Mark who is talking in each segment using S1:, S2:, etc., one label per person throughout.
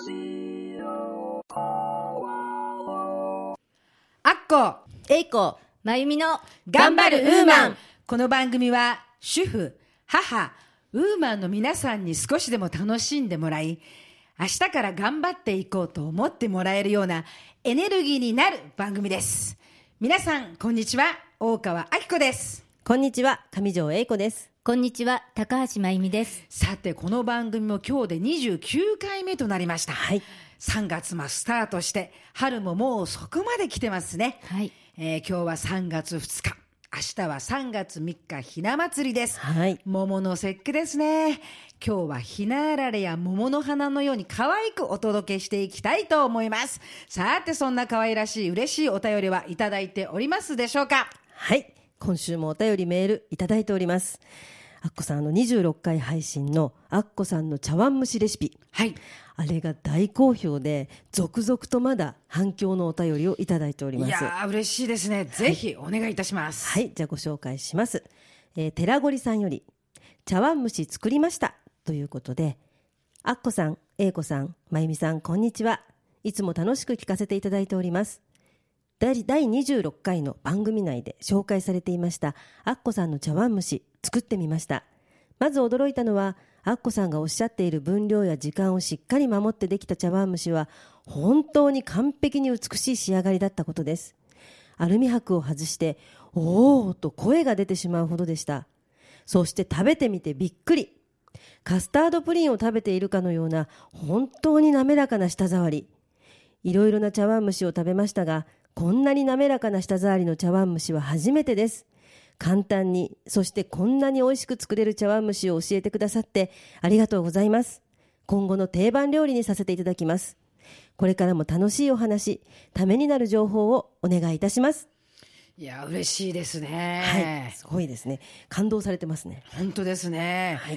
S1: あっこ、
S2: えいこ、まゆみの
S1: 頑張るウーマン。この番組は主婦、母、ウーマンの皆さんに少しでも楽しんでもらい、明日から頑張っていこうと思ってもらえるようなエネルギーになる番組です。皆さんこんにちは、大川明子です。
S2: こんにちは、上条英子です。
S3: こんにちは、高橋真由美です。
S1: さて、この番組も今日で29回目となりました。
S2: はい。
S1: 3月もスタートして、春ももうそこまで来てますね。
S3: はい。
S1: 今日は3月2日。明日は3月3日ひな祭りです。
S2: はい。
S1: 桃の節句ですね。今日はひなあられや桃の花のように可愛くお届けしていきたいと思います。さて、そんな可愛らしい嬉しいお便りはいただいておりますでしょうか？
S2: はい。今週もお便りメールいただいております。アッコさん26回配信のアッコさんの茶碗蒸しレシピ。
S1: はい。
S2: あれが大好評で続々とまだ反響のお便りをいただいております。
S1: いやー嬉しいですね。ぜひお願いいたします。
S2: はい、じゃあご紹介します。寺堀さんより茶碗蒸し作りましたということで、アッコさん、英子さん、まゆみさん、こんにちは。いつも楽しく聞かせていただいております。第26回の番組内で紹介されていましたアッコさんの茶碗蒸し作ってみました。まず驚いたのはアッコさんがおっしゃっている分量や時間をしっかり守ってできた茶碗蒸しは本当に完璧に美しい仕上がりだったことです。アルミ箔を外しておーと声が出てしまうほどでした。そして食べてみてびっくり。カスタードプリンを食べているかのような本当に滑らかな舌触り。いろいろな茶碗蒸しを食べましたが、こんなに滑らかな舌触りの茶碗蒸しは初めてです。簡単に、そしてこんなに美味しく作れる茶碗蒸しを教えてくださってありがとうございます。今後の定番料理にさせていただきます。これからも楽しいお話、ためになる情報をお願いいたします。
S1: いや嬉しいですね。
S2: はい、すごいですね。感動されてますね。
S1: 本当ですね。
S2: はい。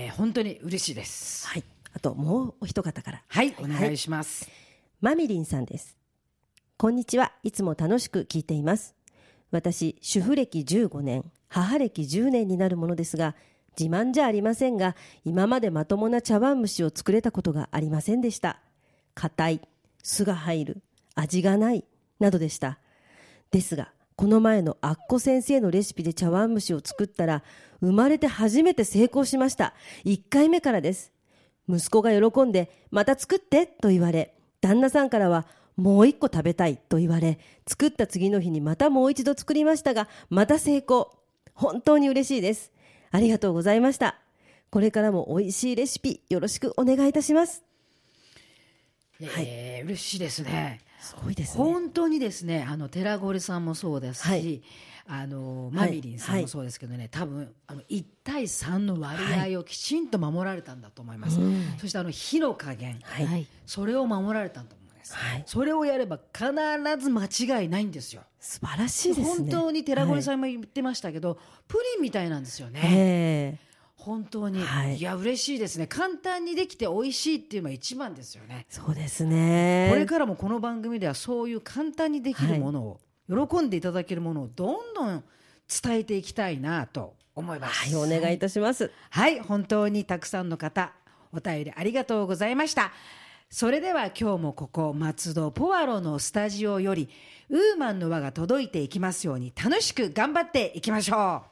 S1: 本当に嬉しいです。
S2: はい。あともうお一方から。
S1: はい、お願いします。
S2: マミリンさんです。こんにちは。いつも楽しく聞いています。私、主婦歴15年、母歴10年になるものですが、自慢じゃありませんが、今までまともな茶碗蒸しを作れたことがありませんでした。硬い、酢が入る、味がない、などでした。ですが、この前のアッコ先生のレシピで茶碗蒸しを作ったら、生まれて初めて成功しました。1回目からです。息子が喜んで、また作ってと言われ、旦那さんからは、もう一個食べたいと言われ、作った次の日にまたもう一度作りましたが、また成功。本当に嬉しいです。ありがとうございました。これからも美味しいレシピよろしくお願いいたします。
S1: はい、嬉しいですね。
S2: すごいですね。
S1: 本当にですね、寺堀さんもそうですし、
S2: はい、
S1: マミリンさんもそうですけどね、多分1対3の割合をきちんと守られたんだと思います。そして火の加減、それを守られたんだと思います。それをやれば必ず間違いないんですよ。
S2: 素晴らしいですね。
S1: 本当に寺堀さんも言ってましたけど、プリンみたいなんですよね。本当に、いや嬉しいですね。簡単にできて美味しいっていうのは一番ですよね。
S2: そうですね。
S1: これからもこの番組ではそういう簡単にできるものを、喜んでいただけるものをどんどん伝えていきたいなと思います。
S2: はい、お願いいたします。
S1: はい、本当にたくさんの方お便りありがとうございました。それでは今日もここ松戸ポワロのスタジオよりウーマンの輪が届いていきますように楽しく頑張っていきましょう。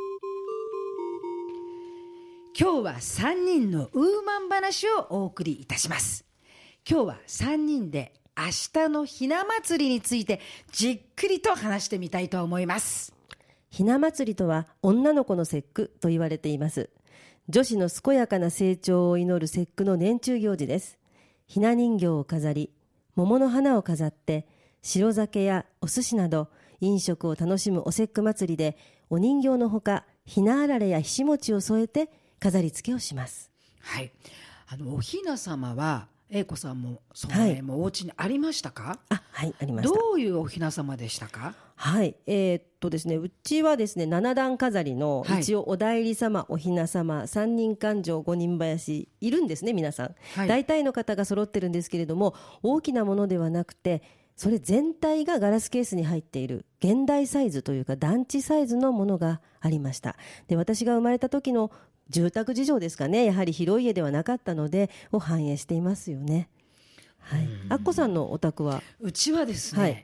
S1: 今日は3人のウーマン話をお送りいたします。今日は3人で明日のひな祭りについてじっくりと話してみたいと思います。
S2: ひな祭りとは女の子の節句と言われています。女子の健やかな成長を祈る節句の年中行事です。ひな人形を飾り、桃の花を飾って、白酒やお寿司など飲食を楽しむお節句祭りで、お人形のほか、ひなあられやひし餅を添えて飾り付けをします。
S1: はい。おひな様は、英子さんもその辺もお家にありましたか？
S2: はい、ありました。
S1: どういうおひな様でしたか？
S2: はい、ですね、うちはですね、7段飾りの、一応お内裏様、おひな様、三人勘定、五人林いるんですね、皆さん。大体の方が揃ってるんですけれども、大きなものではなくて、それ全体がガラスケースに入っている現代サイズというか団地サイズのものがありました。で、私が生まれた時の住宅事情ですかね、やはり広い家ではなかったのでを反映していますよね。 はい、アッコさんのお宅は？
S1: うちはですね、はい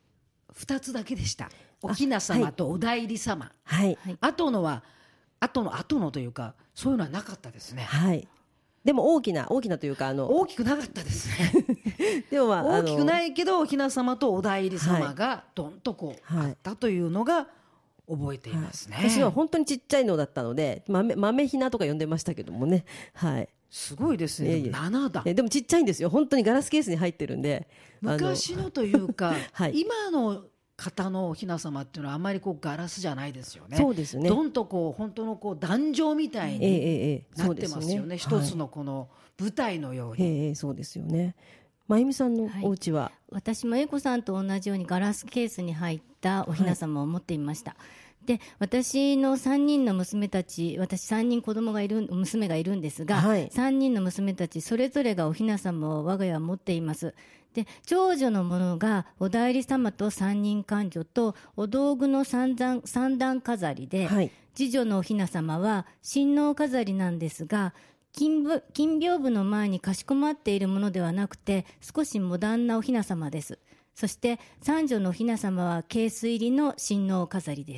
S1: 、2つだけでした。お雛様とお内裏様、はい、後のというかそういうのはなかったですね。
S2: はい、でも大きなというか
S1: 大きくなかったですね
S2: でも、
S1: 大きくないけどお雛様とお内裏様がどんとこう、あったというのが覚えていますね。
S2: 私は本当にちっちゃいのだったので豆雛とか呼んでましたけどもね。はい、
S1: すごいですね。7段
S2: でもちっちゃいんですよ。本当にガラスケースに入ってるんで、
S1: 昔のというか、はい、今の方のお雛様っていうのはあんまりこうガラスじゃないですよね。
S2: そうですね。
S1: どんとこう本当のこう壇上みたいになってますよね。一つのこの舞台のように。
S2: そうですよね。まゆみさんのお家は？
S3: 私も英子さんと同じようにガラスケースに入ったお雛様を持っていました。で、私の3人の娘たち、私3人娘がいるんですが、3人の娘たちそれぞれがお雛様を我が家は持っています。で、長女のものがお内裏様と三人官女とお道具の三段飾りで、次女のお雛様は親王飾りなんですが、金屏風の前にかしこまっているものではなくて少しモダンなお雛様です。そして三女のお雛様はケース入りの親王飾りです。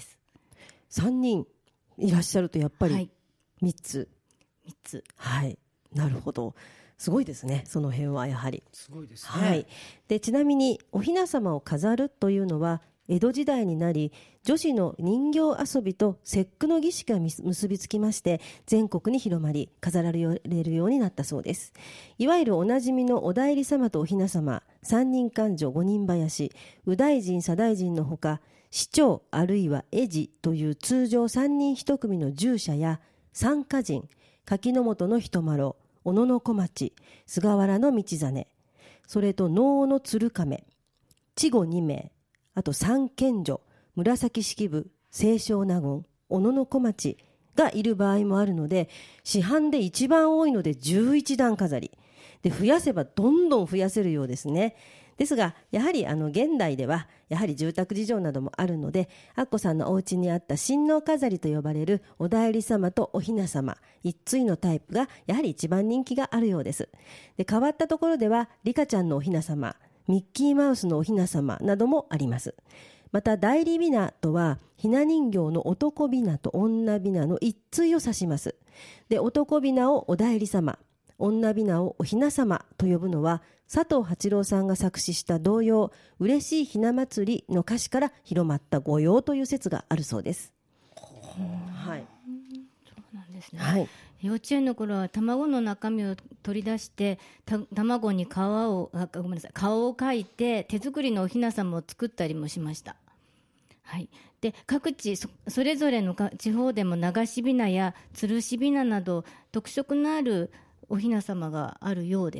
S2: 3人いらっしゃるとやっぱり3つ、はい、なるほど。すごいですね。その辺はやはり
S1: すごいですね。
S2: はい、でちなみにお雛様を飾るというのは江戸時代になり、女子の人形遊びと節句の儀式が結びつきまして全国に広まり飾られるようになったそうです。いわゆるおなじみのお内裏様とお雛様、三人官女五人林、右大臣左大臣のほか、市長あるいは絵師という通常3人1組の従者や三歌人、柿の本の人麻呂、小野の小町、菅原の道真、それと能の鶴亀、稚児2名、あと三賢女、紫式部、清少納言、小野の小町がいる場合もあるので、市販で一番多いので11段飾りで、増やせばどんどん増やせるようですね。ですがやはり現代ではやはり住宅事情などもあるので、アッコさんのお家にあった親王飾りと呼ばれるお内裏様とお雛様一対のタイプがやはり一番人気があるようです。で、変わったところではリカちゃんのお雛様、ミッキーマウスのお雛様などもあります。また代理雛とはひな人形の男雛と女雛の一対を指します。で、男雛をお内裏様、女雛をお雛様と呼ぶのは佐藤八郎さんが作詞した童謡嬉しいひな祭りの歌詞から広まった御用という説があるそうです。はい、
S3: そうなんですね。はい、幼稚園の頃は卵の中身を取り出して卵に顔を描いて手作りのお雛様を作ったりもしました。はい、で各地 それぞれの地方でも流し雛や吊るし雛など特色のあるお雛様があるようです。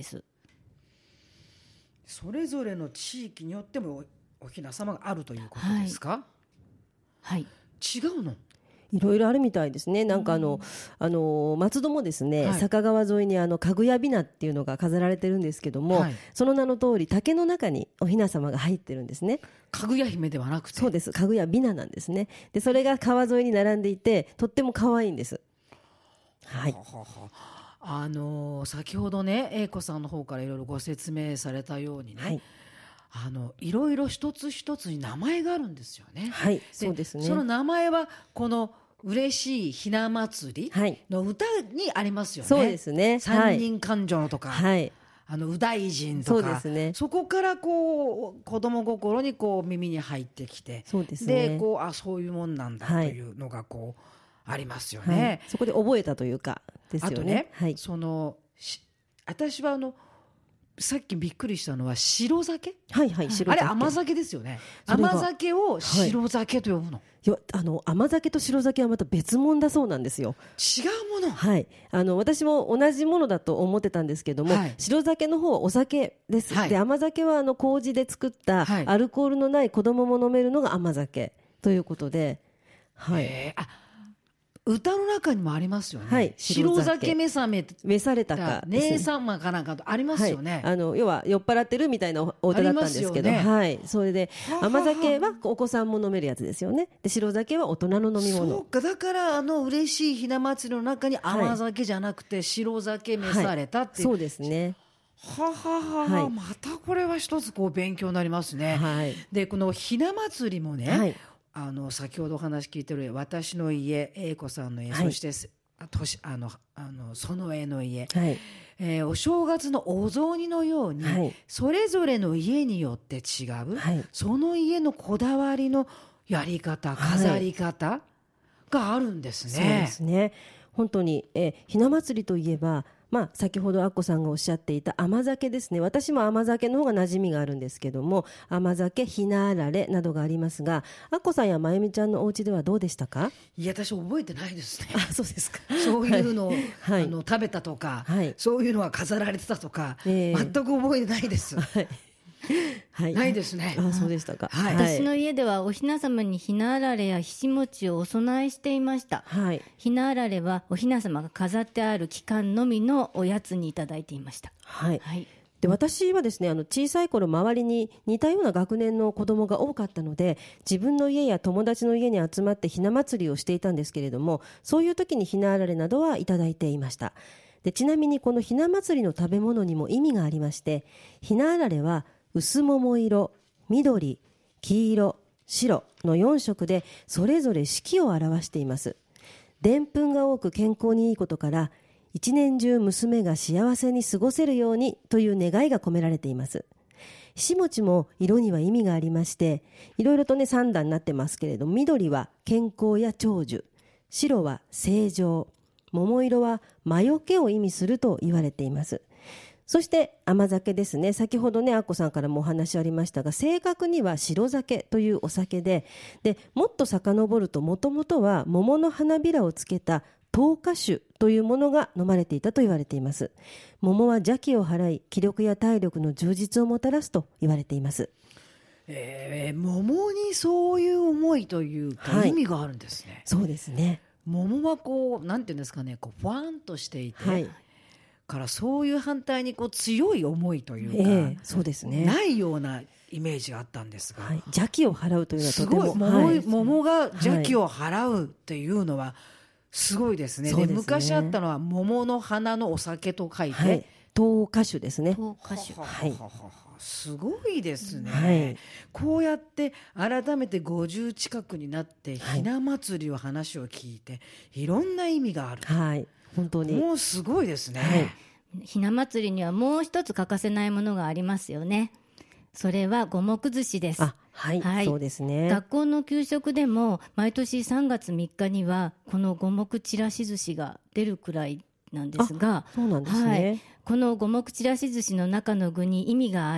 S1: それぞれの地域によってもお雛様があるということですか？
S3: はい、
S1: 違うの？
S2: いろいろあるみたいですね。なんか松戸もですね、坂川沿いにかぐや雛っていうのが飾られてるんですけども、その名の通り竹の中にお雛様が入ってるんですね。
S1: かぐや姫ではなくて？
S2: そうです、かぐや雛なんですね。でそれが川沿いに並んでいてとっても可愛いんです。はい。
S1: 先ほどね、英子さんの方からいろいろご説明されたようにね、いろいろ一つ一つに名前があるんですよね。
S2: はい、そうですね。
S1: その名前はこの嬉しいひな祭りの歌にありますよね。
S2: そうですね。
S1: 三人官女のとか、右大臣とか、
S2: そうですね。
S1: そこからこう子供心にこう耳に入ってきて、
S2: そうですね。
S1: でこうそういうもんなんだというのがこうありますよね。
S2: そこで覚えたというかですよね。
S1: あとね、私はさっきびっくりしたのは白酒、
S2: 白酒、
S1: あれ甘酒ですよね。甘酒を白酒と呼ぶの？
S2: いや、甘酒と白酒はまた別物だそうなんですよ。
S1: 違うもの？
S2: はい、私も同じものだと思ってたんですけども、白酒の方はお酒です。で甘酒は麹で作ったアルコールのない子供も飲めるのが甘酒ということで、
S1: 歌の中にもありますよね。白酒召されたか姉様かなんかありますよね。
S2: 要は酔っ払ってるみたいなお歌だったんですけど、それで甘酒はお子さんも飲めるやつですよね。で白酒は大人の飲み物。
S1: そうか、だから嬉しいひな祭りの中に甘酒じゃなくて白酒召されたっていう、
S2: そうですね。
S1: ははは、またこれは一つこう勉強になりますね。でこのひな祭りもね、先ほどお話聞いてる私の家、英子さんの家、そして園江の家、お正月のお雑煮のように、それぞれの家によって違う、その家のこだわりのやり方、飾り方があるんですね。
S2: そうですね。本当に、ひな祭りといえば、先ほどアッコさんがおっしゃっていた甘酒ですね。私も甘酒の方が馴染みがあるんですけども、甘酒、ひなあられなどがありますが、アッコさんやまゆみちゃんのお家ではどうでしたか？
S1: いや、私覚えてないですね。
S2: そうですか。
S1: そういうのを、食べたとか、そういうのが飾られてたとか、全く覚えてないです。ないですね。
S2: そうでしたか。
S3: 私の家ではおひな様にひなあられやひし餅をお供えしていました。ひなあられはおひな様が飾ってある期間のみのおやつにいただいていました。
S2: で私はですね、小さい頃周りに似たような学年の子供が多かったので、自分の家や友達の家に集まってひな祭りをしていたんですけれども、そういう時にひなあられなどはいただいていました。でちなみにこのひな祭りの食べ物にも意味がありまして、ひなあられは薄桃色、緑、黄色、白の4色でそれぞれ四季を表しています。でんぷんが多く健康にいいことから、一年中娘が幸せに過ごせるようにという願いが込められています。ひし餅も色には意味がありまして、いろいろとね3段になってますけれど、緑は健康や長寿、白は正常、桃色は魔除けを意味すると言われています。そして甘酒ですね。先ほどねアッコさんからもお話ありましたが、正確には白酒というお酒で、もっと遡るともともとは桃の花びらをつけた糖果酒というものが飲まれていたと言われています。桃は邪気を払い、気力や体力の充実をもたらすと言われています。
S1: 桃にそういう思いというか、意味があるんですね。
S2: そうですね。
S1: 桃はこうなんていうんですかね、こうふわんとしていて、からそういう反対にこう強い思いというか、
S2: そうですね、
S1: ないようなイメージがあったんですが、
S2: 邪気を払うというのはとても
S1: すごい、桃が邪気を払うっていうのはすごいですね。で昔あったのは桃の花のお酒と書いて、
S2: 糖果酒ですね。
S3: 糖果酒、
S1: すごいですね。こうやって改めて50近くになってひな祭りを話を聞いて、いろんな意味がある。
S2: 本当に
S1: もうすごいですね。
S3: ひな祭りにはもう一つ欠かせないものがありますよね。それは五目寿司です。
S2: そうですね。
S3: 学校の給食でも毎年3月3日にはこの五目ちらし寿司が出るくらいなんですが、
S2: そうなんですね。
S3: この五目ちらし寿司の中の具に意味があって、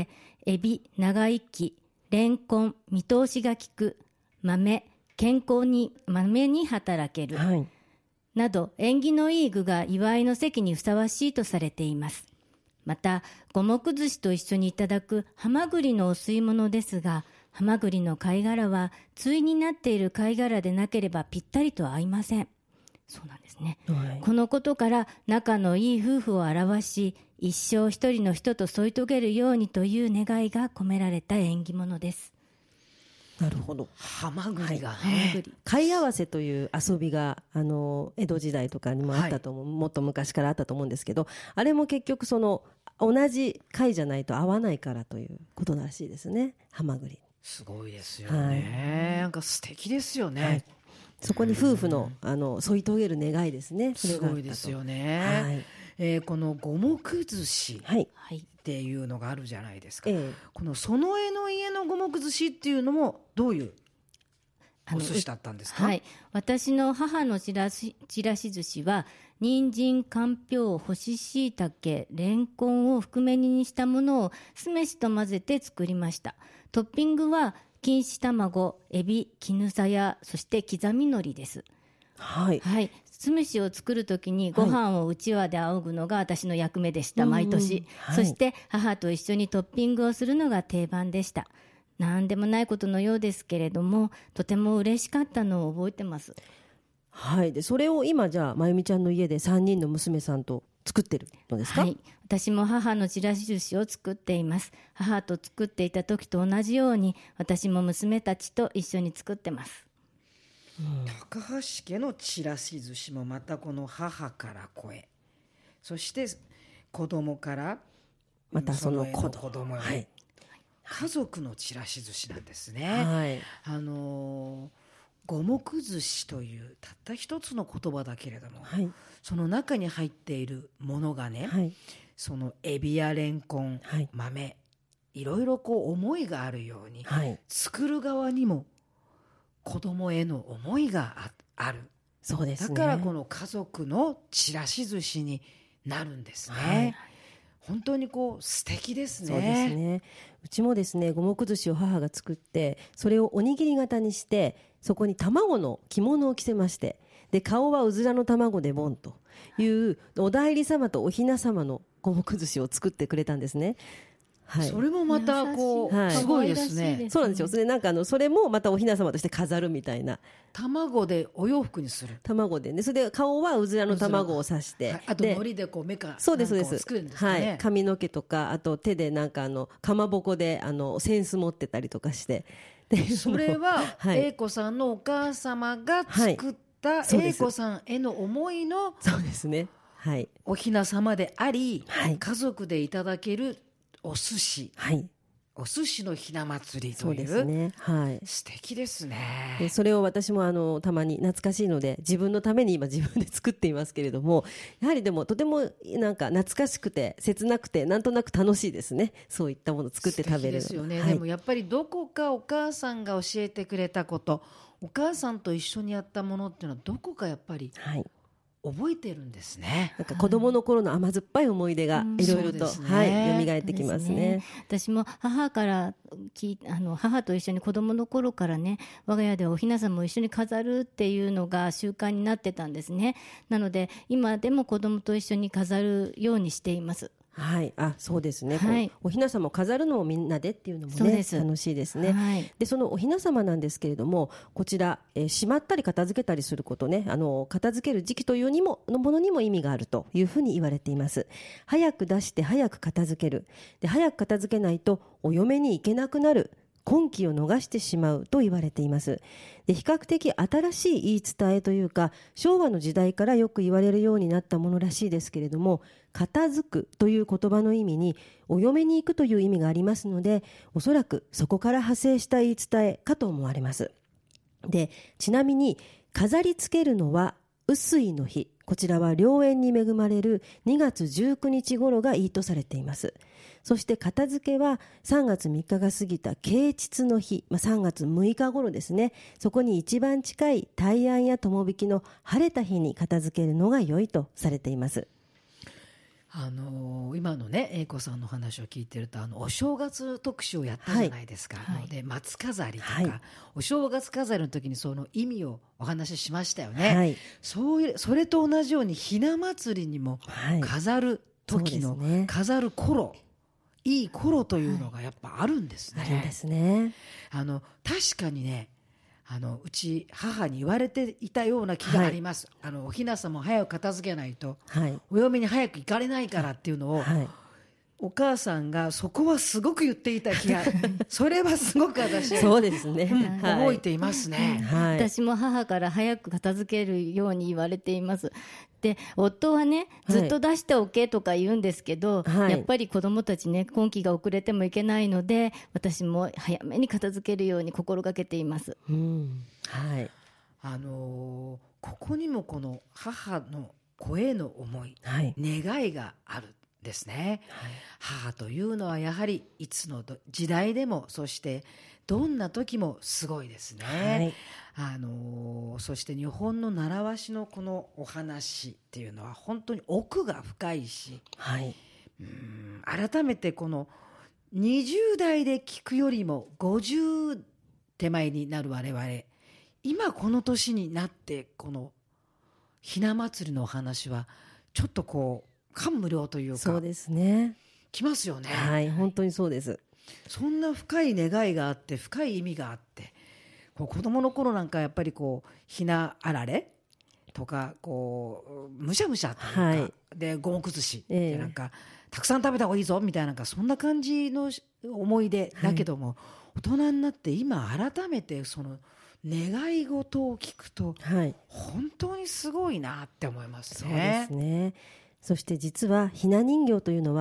S3: エビ、長生き、レンコン、見通しが利く、豆、健康に豆に働ける、など縁起のいい具が祝いの席にふさわしいとされています。また五目寿司と一緒にいただくハマグリのお吸い物ですが、ハマグリの貝殻は対になっている貝殻でなければぴったりと合いません。そうなんですね、このことから仲のいい夫婦を表し、一生一人の人と添い遂げるようにという願いが込められた縁起物です。
S2: なるほど。
S1: ハマグリがね、
S2: 貝合わせという遊びが江戸時代とかにもあったと思う、もっと昔からあったと思うんですけど、あれも結局その同じ貝じゃないと合わないからということらしいですね。ハマグリ
S1: すごいですよね、なんか素敵ですよね、
S2: そこに夫婦の添い遂げる願いですね。
S1: すごいですよね、この五目寿司っていうのがあるじゃないですか、この園江の家の五目寿司っていうのもどういうお寿司だったんですか？
S3: 私の母のちらし寿司は人参、かんぴょう、干し椎茸、レンコンを含め煮にしたものを酢飯と混ぜて作りました。トッピングは錦糸卵、エビ、絹さや、そして刻み海苔です。酢飯を作るときにご飯をうちわで仰ぐのが私の役目でした、毎年、そして母と一緒にトッピングをするのが定番でした。何でもないことのようですけれども、とても嬉しかったのを覚えてます。
S2: でそれを今じゃあまゆみちゃんの家で3人の娘さんと作ってるのですか？
S3: 私も母のちらし寿司を作っています。母と作っていた時と同じように私も娘たちと一緒に作ってます。
S1: 高橋家のちらし寿司もまたこの母から子へ、そして子供から
S2: またその子
S1: 供、
S2: はい、
S1: 家族のちらし寿司なんですね、
S2: はい、
S1: 五目寿司というたった一つの言葉だけれども、
S2: はい、
S1: その中に入っているものがね、
S2: はい、
S1: そのエビやレンコン、
S2: はい、
S1: 豆、いろいろこう思いがあるように、
S2: はい、
S1: 作る側にも子供への思いがある。
S2: そうですね。
S1: だからこの家族のちらし寿司になるんですね、はい、本当にこう素敵ですね。
S2: そうですね。うちもですね、五目寿司を母が作って、それをおにぎり型にして、そこに卵の着物を着せまして、で顔はうずらの卵でボンというお内裏様とお雛様の五目寿司を作ってくれたんですね。はい、
S1: それもまたこう、はい、すごいですね。
S2: そうなんですよ。それなんかそれもまたお雛様として飾るみたいな。
S1: 卵でお洋服にする。
S2: 卵でね。それで顔はうずらの卵を刺して、
S1: はい、あと海苔でこう目か
S2: そうですそうです。
S1: 作るんですかね。
S2: はい。髪の毛とか、あと手でなんかかまぼこで扇子持ってたりとかして。
S1: でそれは、はい、英子さんのお母様が作った英子さんへの思いの、
S2: そうですね。はい。
S1: お雛様であり、
S2: はい、
S1: 家族でいただけるお寿司、
S2: はい、
S1: お寿司のひな祭りという、
S2: そうですね、はい、
S1: 素敵ですね。
S2: でそれを私もたまに懐かしいので自分のために今自分で作っていますけれども、やはりでもとてもなんか懐かしくて切なくてなんとなく楽しいですね。そういったものを作って食べるの
S1: ですよね、
S2: はい、
S1: でもやっぱりどこかお母さんが教えてくれたこと、お母さんと一緒にやったものっていうのはどこかやっぱり、はい、覚えてるんですね。
S2: なんか子供の頃の甘酸っぱい思い出がいろいろと、はい、蘇ってきますね。
S3: 私も母から母と一緒に子供の頃からね、我が家ではお雛様を一緒に飾るっていうのが習慣になってたんですね。なので今でも子供と一緒に飾るようにしています。
S2: はい、あ、そうですね、
S3: はい、
S2: お雛様を飾るのをみんなでっていうのもね、楽しいですね、はい、でそのお雛様なんですけれども、こちら、しまったり片付けたりすることね、片付ける時期というのものにも意味があるというふうに言われています。早く出して早く片付ける、で早く片付けないとお嫁に行けなくなる、婚期を逃してしまうと言われています。で比較的新しい言い伝えというか、昭和の時代からよく言われるようになったものらしいですけれども、片付くという言葉の意味にお嫁に行くという意味がありますので、おそらくそこから派生した言い伝えかと思われます。でちなみに飾り付けるのは雨水の日、こちらは良縁に恵まれる2月19日頃がいいとされています。そして片付けは3月3日が過ぎた啓蟄の日、3月6日頃ですね。そこに一番近い大安や友引の晴れた日に片付けるのが良いとされています。
S1: 今のね、英子さんの話を聞いてると、お正月特集をやったじゃないですか、はい、で松飾りとか、はい、お正月飾りの時にその意味をお話ししましたよね、はい、それと同じようにひな祭りにも飾る時の、はいね、飾る頃、いい頃というのがやっぱあるんですね、
S2: あるんですね。
S1: 確かにね、うち母に言われていたような気があります、はい、お雛様を早く片付けないと、はい、お嫁に早く行かれないからっていうのを、はい、お母さんがそこはすごく言っていた気がそれはすごく私
S2: そうですね、
S1: 覚えていますね、
S3: はい、私も母から早く片付けるように言われています。で夫はね、ずっと出しておけとか言うんですけど、はい、やっぱり子どもたちね、婚期が遅れてもいけないので、私も早めに片付けるように心がけています、
S2: はい、
S1: ここにもこの母の子への思い、はい、願いがあるんですね、はい、母というのはやはりいつの時代でも、そしてどんな時もすごいですね、はい、そして日本の習わしのこのお話っていうのは本当に奥が深いし、はい、改めてこの20代で聞くよりも50手前になる我々、今この年になってこのひな祭りのお話はちょっとこう感無量というか、
S2: そうですね、
S1: きますよね。
S2: はい、本当にそうです。
S1: そんな深い願いがあって、深い意味があって、こう子供の頃なんかやっぱりこうひなあられとか、こうむしゃむしゃというか、はい、で五目寿司でなんか、たくさん食べた方がいいぞみたいな、そんな感じの思い出だけども、はい、大人になって今改めてその願い事を聞くと、はい、本当にすごいなって思いますね。
S2: そうですね。そして実はひな人形というのは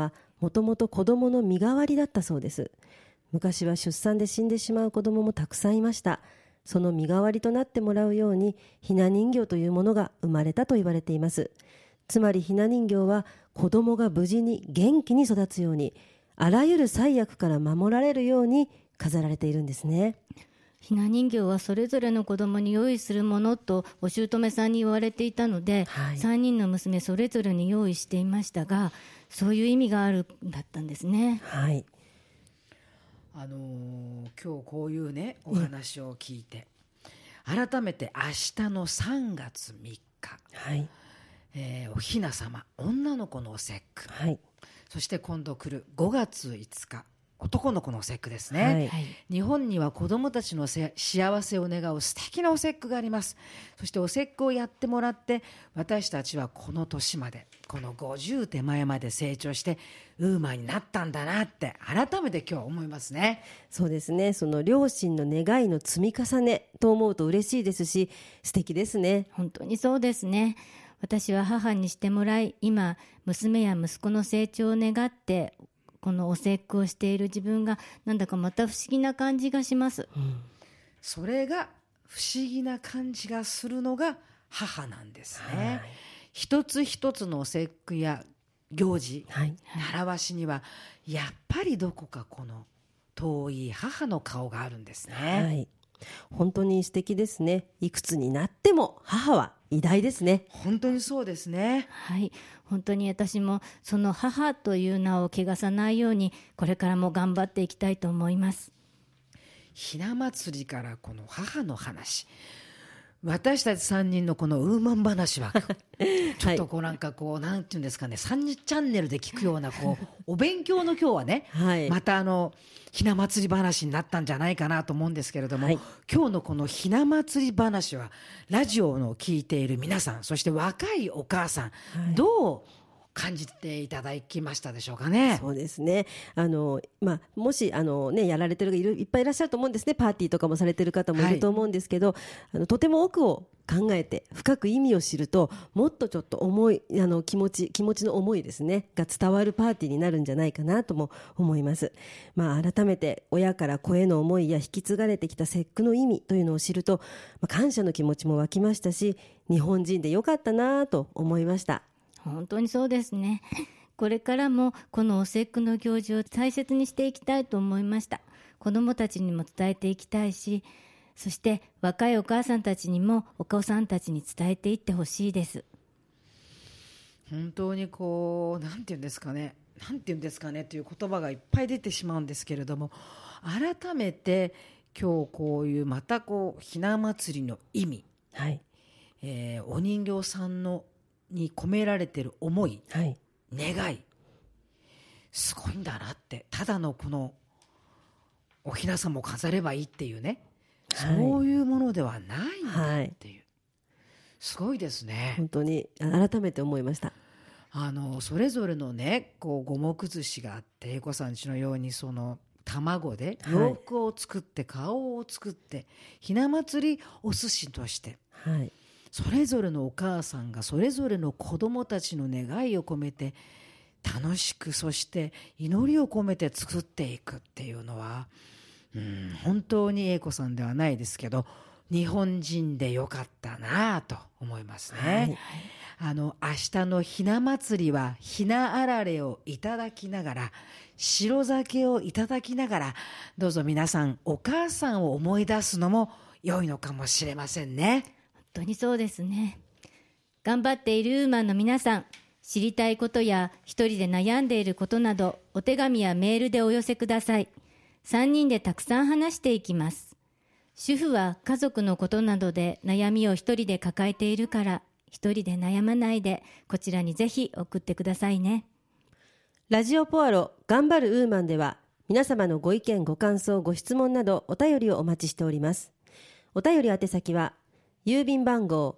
S2: もともと子供の身代わりだったそうです。昔は出産で死んでしまう子供もたくさんいました。その身代わりとなってもらうようにひな人形というものが生まれたと言われています。つまりひな人形は子供が無事に元気に育つように、あらゆる災厄から守られるように飾られているんですね。
S3: ひな人形はそれぞれの子供に用意するものとお姑さんに言われていたので、3人の娘それぞれに用意していましたが、そういう意味があるんだったんですね。
S2: はい。
S1: 今日こういうねお話を聞いて、改めて明日の3月3日、
S2: はい、
S1: おひな様、女の子のお節句、
S2: はい、
S1: そして今度来る5月5日、男の子の節句ですね、
S2: はい、
S1: 日本には子どもたちの幸せを願う素敵なお節句があります。そしてお節句をやってもらって、私たちはこの年まで、この50手前まで成長してウーマンになったんだなって改めて今日思いますね。
S2: そうですね。その両親の願いの積み重ねと思うと嬉しいですし、素敵ですね。
S3: 本当にそうですね。私は母にしてもらい、今娘や息子の成長を願ってこのお節句をしている自分がなんだかまた不思議な感じがします、
S1: それが不思議な感じがするのが母なんですね、一つ一つのお節句や行事、習わしにはやっぱりどこかこの遠い母の顔があるんですね、
S2: 本当に素敵ですね。いくつになっても母は偉大ですね。
S1: 本当にそうですね。
S3: はい、本当に私もその母という名を汚さないようにこれからも頑張っていきたいと思います。
S1: ひな祭りからこの母の話、私たち3人のこのウーマン話はちょっとこうなんかこうなんていうんですかね、3チャンネルで聞くようなこうお勉強の今日はね、またひな祭り話になったんじゃないかなと思うんですけれども、今日のこのひな祭り話はラジオの聞いている皆さん、そして若いお母さん、どう感じていただきましたでしょうかね。
S2: そうですね。もしやられてる方いっぱいいらっしゃると思うんですね。パーティーとかもされてる方もいると思うんですけど、とても奥を考えて深く意味を知ると、もっとちょっと重い気持ちの思いですねが伝わるパーティーになるんじゃないかなとも思います。改めて親から子への思いや引き継がれてきた節句の意味というのを知ると、感謝の気持ちも湧きましたし、日本人でよかったなと思いました。
S3: 本当にそうですね。これからもこのお節句の行事を大切にしていきたいと思いました。子どもたちにも伝えていきたいし、そして若いお母さんたちにもお子さんたちに伝えていってほしいです。
S1: 本当にこうなんていうんですかねという言葉がいっぱい出てしまうんですけれども、改めて今日こういうまたこうひな祭りの意味、お人形さんに込められている思い、願い、すごいんだなって。ただのこのおひな様を飾ればいいっていうね、そういうものではないんだっていう、すごいですね。
S2: 本当に改めて思いました。
S1: それぞれのねこう五目寿司があって、英子さんちのようにその卵で洋服を作って、顔を作って、ひな祭りお寿司として、それぞれのお母さんがそれぞれの子供たちの願いを込めて楽しく、そして祈りを込めて作っていくっていうのは、本当に英子さんではないですけど日本人でよかったなと思いますね。明日のひな祭りはひなあられをいただきながら、白酒をいただきながら、どうぞ皆さんお母さんを思い出すのも良いのかもしれませんね。
S3: 本当にそうですね。頑張っているウーマンの皆さん、知りたいことや一人で悩んでいることなど、お手紙やメールでお寄せください。3人でたくさん話していきます。主婦は家族のことなどで悩みを一人で抱えているから、一人で悩まないでこちらにぜひ送ってくださいね。
S2: ラジオポアロ頑張るウーマンでは、皆様のご意見ご感想ご質問などお便りをお待ちしております。お便り宛先は郵便番号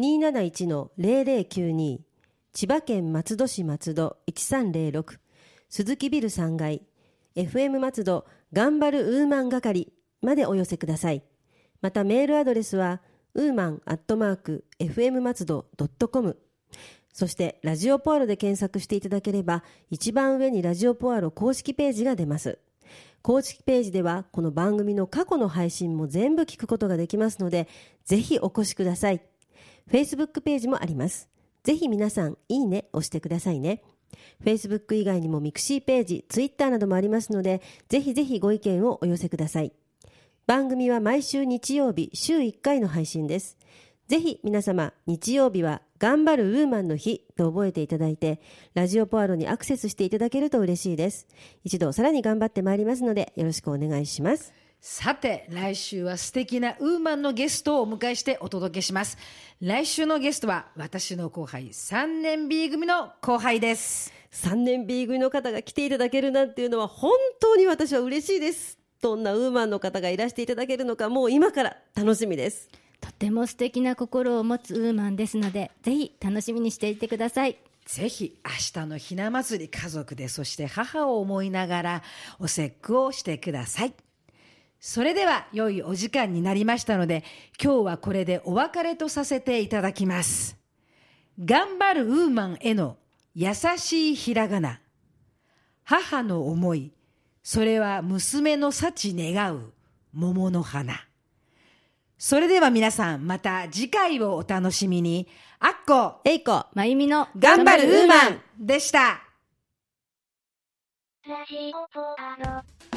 S2: 271-0092 千葉県松戸市松戸 1306 鈴木ビル3階 FM 松戸頑張るウーマン係までお寄せください。またメールアドレスはウーマン@fm松戸.com、 そしてラジオポアロで検索していただければ、一番上にラジオポアロ公式ページが出ます。公式ページではこの番組の過去の配信も全部聞くことができますので、ぜひお越しください。Facebook ページもあります。ぜひ皆さんいいね押してくださいね。Facebook 以外にもミクシーページ、Twitter などもありますので、ぜひぜひご意見をお寄せください。番組は毎週日曜日、週1回の配信です。ぜひ皆様、日曜日は頑張るウーマンの日と覚えていただいて、ラジオポアロにアクセスしていただけると嬉しいです。一度さらに頑張ってまいりますので、よろしくお願いします。
S1: さて、来週は素敵なウーマンのゲストをお迎えしてお届けします。来週のゲストは私の後輩、3年 B 組の後輩です。
S2: 3年 B 組の方が来ていただけるなんていうのは本当に私は嬉しいです。どんなウーマンの方がいらしていただけるのか、もう今から楽しみです。
S3: とても素敵な心を持つウーマンですので、ぜひ楽しみにしていてください。
S1: ぜひ明日のひな祭り、家族で、そして母を思いながらお節句をしてください。それでは良いお時間になりましたので、今日はこれでお別れとさせていただきます。頑張るウーマンへの優しいひらがな。母の思い、それは娘の幸願う桃の花。それでは皆さん、また次回をお楽しみに。あっこ、
S2: えいこ、
S3: まゆみの
S1: 頑張るウーマンでした。
S4: ラジオポアロ。